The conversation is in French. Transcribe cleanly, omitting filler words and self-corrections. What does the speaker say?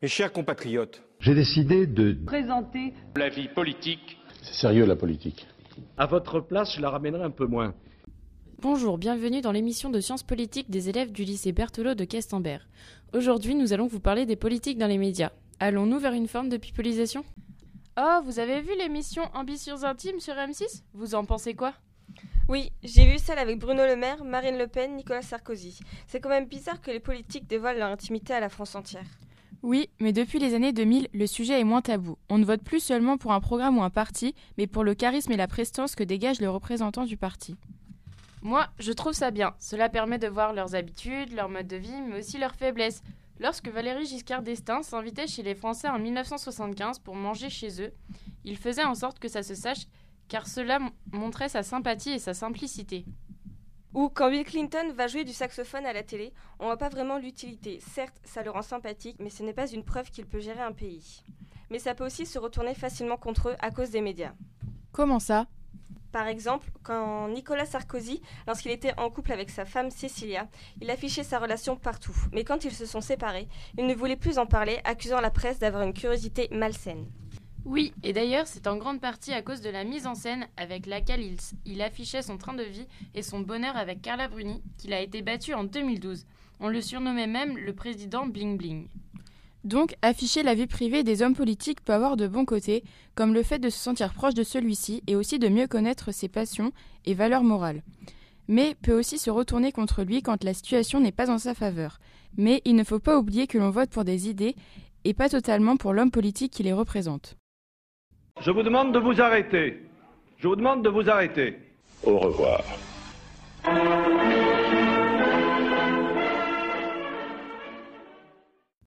Mes chers compatriotes, j'ai décidé de présenter la vie politique. C'est sérieux la politique. À votre place, je la ramènerai un peu moins. Bonjour, bienvenue dans l'émission de sciences politiques des élèves du lycée Berthelot de Questembert. Aujourd'hui, nous allons vous parler des politiques dans les médias. Allons-nous vers une forme de pipolisation ? Oh, vous avez vu l'émission Ambitions intimes sur M6 ? Vous en pensez quoi ? Oui, j'ai vu celle avec Bruno Le Maire, Marine Le Pen, Nicolas Sarkozy. C'est quand même bizarre que les politiques dévoilent leur intimité à la France entière. Oui, mais depuis les années 2000, le sujet est moins tabou. On ne vote plus seulement pour un programme ou un parti, mais pour le charisme et la prestance que dégage le représentant du parti. Moi, je trouve ça bien. Cela permet de voir leurs habitudes, leur mode de vie, mais aussi leurs faiblesses. Lorsque Valéry Giscard d'Estaing s'invitait chez les Français en 1975 pour manger chez eux, il faisait en sorte que ça se sache, car cela montrait sa sympathie et sa simplicité. Ou quand Bill Clinton va jouer du saxophone à la télé, on voit pas vraiment l'utilité. Certes, ça le rend sympathique, mais ce n'est pas une preuve qu'il peut gérer un pays. Mais ça peut aussi se retourner facilement contre eux à cause des médias. Comment ça ? Par exemple, quand Nicolas Sarkozy, lorsqu'il était en couple avec sa femme Cécilia, il affichait sa relation partout. Mais quand ils se sont séparés, il ne voulait plus en parler, accusant la presse d'avoir une curiosité malsaine. Oui, et d'ailleurs, c'est en grande partie à cause de la mise en scène avec laquelle il affichait son train de vie et son bonheur avec Carla Bruni qu'il a été battu en 2012. On le surnommait même le président Bling Bling. Donc, afficher la vie privée des hommes politiques peut avoir de bons côtés, comme le fait de se sentir proche de celui-ci et aussi de mieux connaître ses passions et valeurs morales. Mais peut aussi se retourner contre lui quand la situation n'est pas en sa faveur. Mais il ne faut pas oublier que l'on vote pour des idées et pas totalement pour l'homme politique qui les représente. Je vous demande de vous arrêter. Je vous demande de vous arrêter. Au revoir.